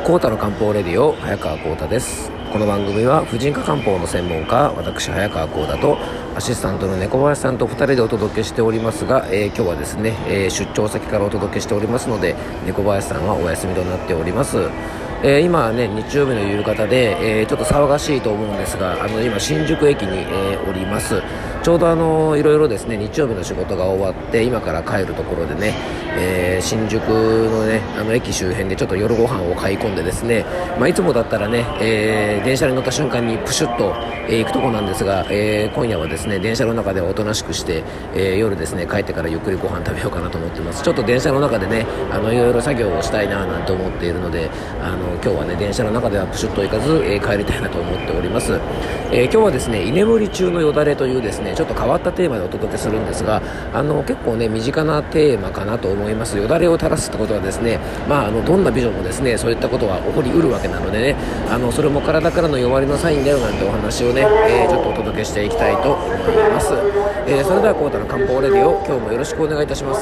コータの漢方レディオ早川コータです。この番組は婦人科漢方の専門家私早川コータとアシスタントの猫林さんと2人でお届けしておりますが、今日はですね、出張先からお届けしておりますので猫林さんはお休みとなっております。今はね日曜日の夕方で、ちょっと騒がしいと思うんですが、今新宿駅に、おります。ちょうどいろいろですね日曜日の仕事が終わって今から帰るところでね、新宿のね駅周辺でちょっと夜ご飯を買い込んでですね、いつもだったらね、電車に乗った瞬間にプシュッと、行くとこなんですが、今夜はですね電車の中ではおとなしくして、夜ですね帰ってからゆっくりご飯食べようかなと思ってます。ちょっと電車の中でねいろいろ作業をしたいななんて思っているので、今日はね電車の中ではプシュッと行かず、帰りたいなと思っております。今日はですね居眠り中のよだれというですねちょっと変わったテーマでお届けするんですが、結構ね身近なテーマかなと思います。よだれを垂らすってことはですね、どんな美女もですねそういったことは起こりうるわけなのでね、それも体からの弱りのサインだよなんてお話をね、ちょっとお届けしていきたいと思います。それではコータの漢方レディオ、今日もよろしくお願いいたします。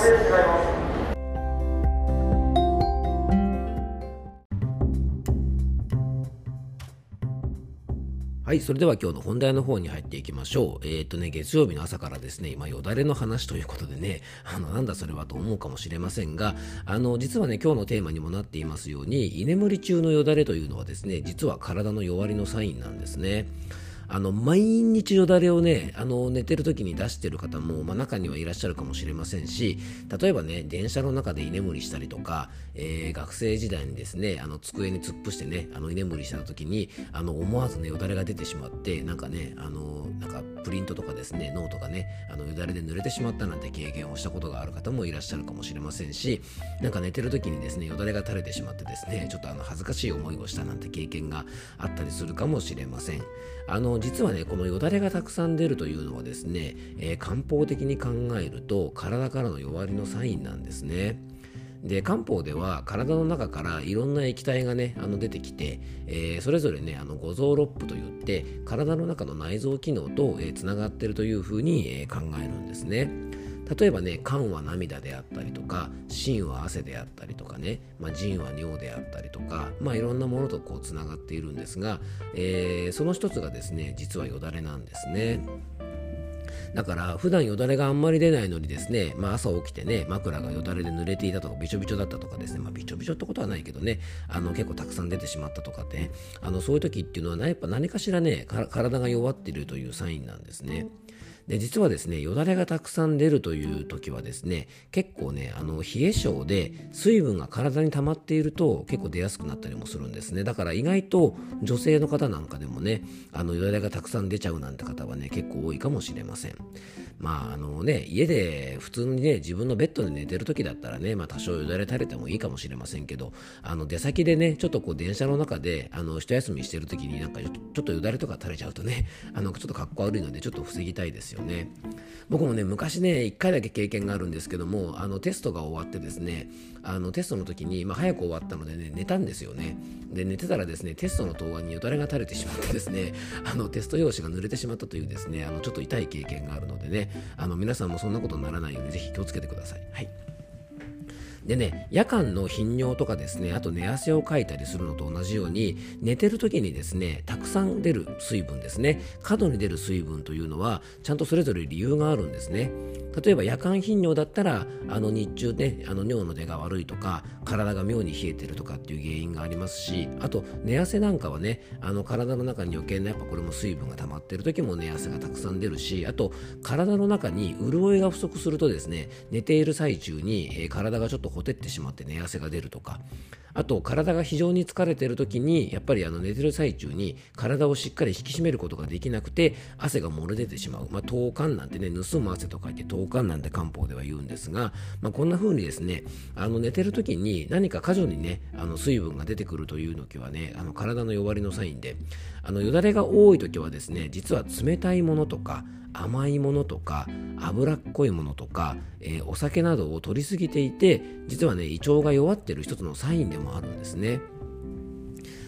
はい、それでは今日の本題の方に入っていきましょう。月曜日の朝からですね、今よだれの話ということでね、なんだそれはと思うかもしれませんが、実はね、今日のテーマにもなっていますように、居眠り中のよだれというのはですね、実は体の弱りのサインなんですね。毎日よだれをね、寝てる時に出してる方も、中にはいらっしゃるかもしれませんし、例えばね、電車の中で居眠りしたりとか、学生時代にですね、机に突っ伏してね、居眠りした時に、思わずね、よだれが出てしまって、なんかプリントとかですね、ノートがね、よだれで濡れてしまったなんて経験をしたことがある方もいらっしゃるかもしれませんし、なんか寝てる時にですね、よだれが垂れてしまってですね、ちょっと恥ずかしい思いをしたなんて経験があったりするかもしれません。実はねこのよだれがたくさん出るというのはですね、漢方的に考えると体からの弱りのサインなんですね。で漢方では体の中からいろんな液体がね出てきて、それぞれね五臓六腑といって体の中の内臓機能とつながっているというふうに、考えるんですね。例えばね肝は涙であったりとか心は汗であったりとかね、腎は尿であったりとか、いろんなものとこうつながっているんですが、その一つがですね実はよだれなんですね。だから普段よだれがあんまり出ないのにですね、朝起きてね枕がよだれで濡れていたとかびちょびちょだったとかですね、びちょびちょってことはないけどね結構たくさん出てしまったとかってそういう時っていうのはやっぱ何かしらね体が弱っているというサインなんですね。で実はですねよだれがたくさん出るという時はですね結構ね冷え性で水分が体に溜まっていると結構出やすくなったりもするんですね。だから意外と女性の方なんかでもねよだれがたくさん出ちゃうなんて方はね結構多いかもしれません。家で普通にね自分のベッドで寝てる時だったらね多少よだれ垂れてもいいかもしれませんけど、出先でねちょっとこう電車の中で一休みしてる時になんかちょっとよだれとか垂れちゃうとねちょっとかっこ悪いのでちょっと防ぎたいですよね。僕もね昔ね1回だけ経験があるんですけどもテストが終わってですねテストの時に、早く終わったのでね寝たんですよね。で寝てたらですねテストの答案によだれが垂れてしまってですねテスト用紙が濡れてしまったというですねちょっと痛い経験があるのでね皆さんもそんなことにならないようにぜひ気をつけてください。はい。でね、夜間の頻尿とかですね、あと寝汗をかいたりするのと同じように、寝てる時にですね、たくさん出る水分ですね、過度に出る水分というのは、ちゃんとそれぞれ理由があるんですね。例えば夜間頻尿だったら、日中ね、尿の出が悪いとか、体が妙に冷えてるとかっていう原因がありますし、あと寝汗なんかはね、体の中に余計なやっぱこれも水分が溜まってる時も寝汗がたくさん出るし、あと体の中に潤いが不足するとですね、寝ている最中に、体がちょっとほてってしまって寝汗が出るとか、あと体が非常に疲れている時にやっぱり寝てる最中に体をしっかり引き締めることができなくて汗が漏れ出てしまう、盗汗なんてね盗む汗と書いて盗汗なんて漢方では言うんですが、こんな風にですね寝てる時に何か過剰にね水分が出てくるという時はね体の弱りのサインで、よだれが多い時はですね実は冷たいものとか甘いものとか脂っこいものとか、お酒などを摂りすぎていて実はね胃腸が弱っている一つのサインでもあるんですね。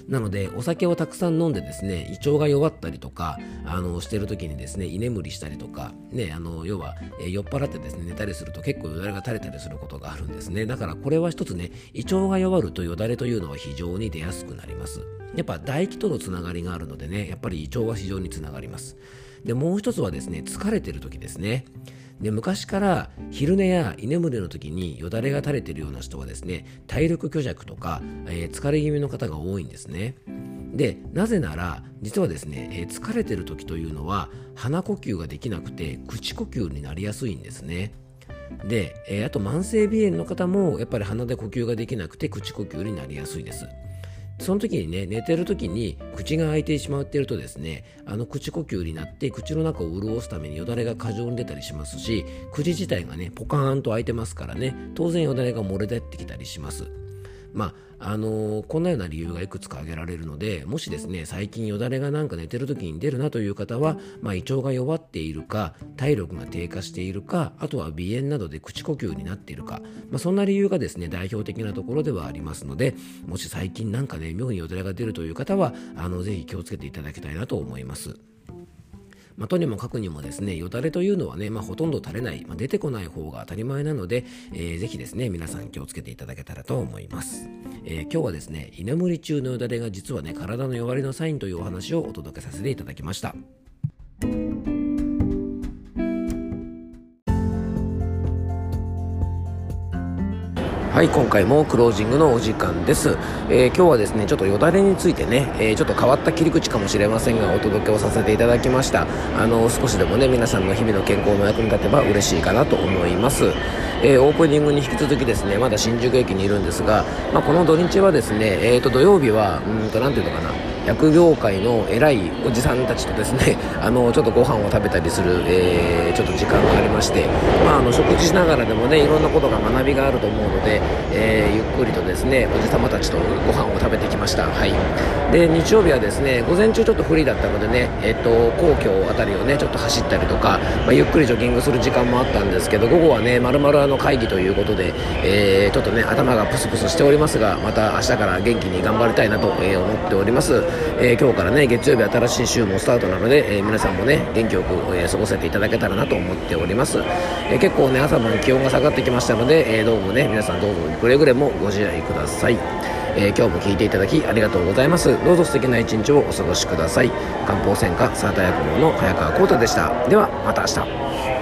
なのでお酒をたくさん飲んでですね、胃腸が弱ったりとかしてる時にですね、居眠りしたりとかね、要は、酔っ払ってですね寝たりすると結構よだれが垂れたりすることがあるんですね。だからこれは一つね、胃腸が弱るとよだれというのは非常に出やすくなります。やっぱ唾液とのつながりがあるのでね、やっぱり胃腸は非常につながります。でもう一つはですね、疲れてる時ですね。で、昔から昼寝や居眠りの時によだれが垂れているような人はですね、体力虚弱とか、疲れ気味の方が多いんですね。で、なぜなら実はですね、疲れてる時というのは鼻呼吸ができなくて口呼吸になりやすいんですね。で、あと慢性鼻炎の方もやっぱり鼻で呼吸ができなくて口呼吸になりやすいです。その時にね、寝てる時に口が開いてしまっているとですね、口呼吸になって口の中を潤すためによだれが過剰に出たりしますし、口自体がねポカーンと開いてますからね、当然よだれが漏れ出てきたりします。こんなような理由がいくつか挙げられるので、もしですね最近よだれがなんか寝てる時に出るなという方は、胃腸が弱っているか、体力が低下しているか、あとは鼻炎などで口呼吸になっているか、そんな理由がですね代表的なところではありますので、もし最近なんかね妙によだれが出るという方はぜひ気をつけていただきたいなと思います。とにもかくにもですね、よだれというのはね、ほとんど垂れない、出てこない方が当たり前なので、ぜひですね皆さん気をつけていただけたらと思います。今日はですね、居眠り中のよだれが実はね体の弱りのサインというお話をお届けさせていただきました。はい、今回もクロージングのお時間です。今日はですねちょっとよだれについてね、ちょっと変わった切り口かもしれませんがお届けをさせていただきました。少しでもね皆さんの日々の健康の役に立てば嬉しいかなと思います。オープニングに引き続きですね、まだ新宿駅にいるんですが、この土日はですね、土曜日はなんていうのかな、薬業界の偉いおじさんたちとですねちょっとご飯を食べたりする、ちょっと時間がありまして、食事しながらでもねいろんなことが学びがあると思うので、ゆっくりとですねおじさまたちとご飯を食べてきました。はい。で、日曜日はですね午前中ちょっとフリーだったのでね、皇居あたりをねちょっと走ったりとか、ゆっくりジョギングする時間もあったんですけど、午後はね丸々会議ということで、ちょっとね頭がプスプスしておりますが、また明日から元気に頑張りたいなと、思っております。今日からね月曜日新しい週もスタートなので、皆さんもね元気よく、過ごせていただけたらなと思っております。結構ね朝晩気温が下がってきましたので、どうもね皆さんどうぞくれぐれもご自愛ください。今日も聞いていただきありがとうございます。どうぞ素敵な一日をお過ごしください。漢方専科サーター薬房の早川浩太でした。ではまた明日。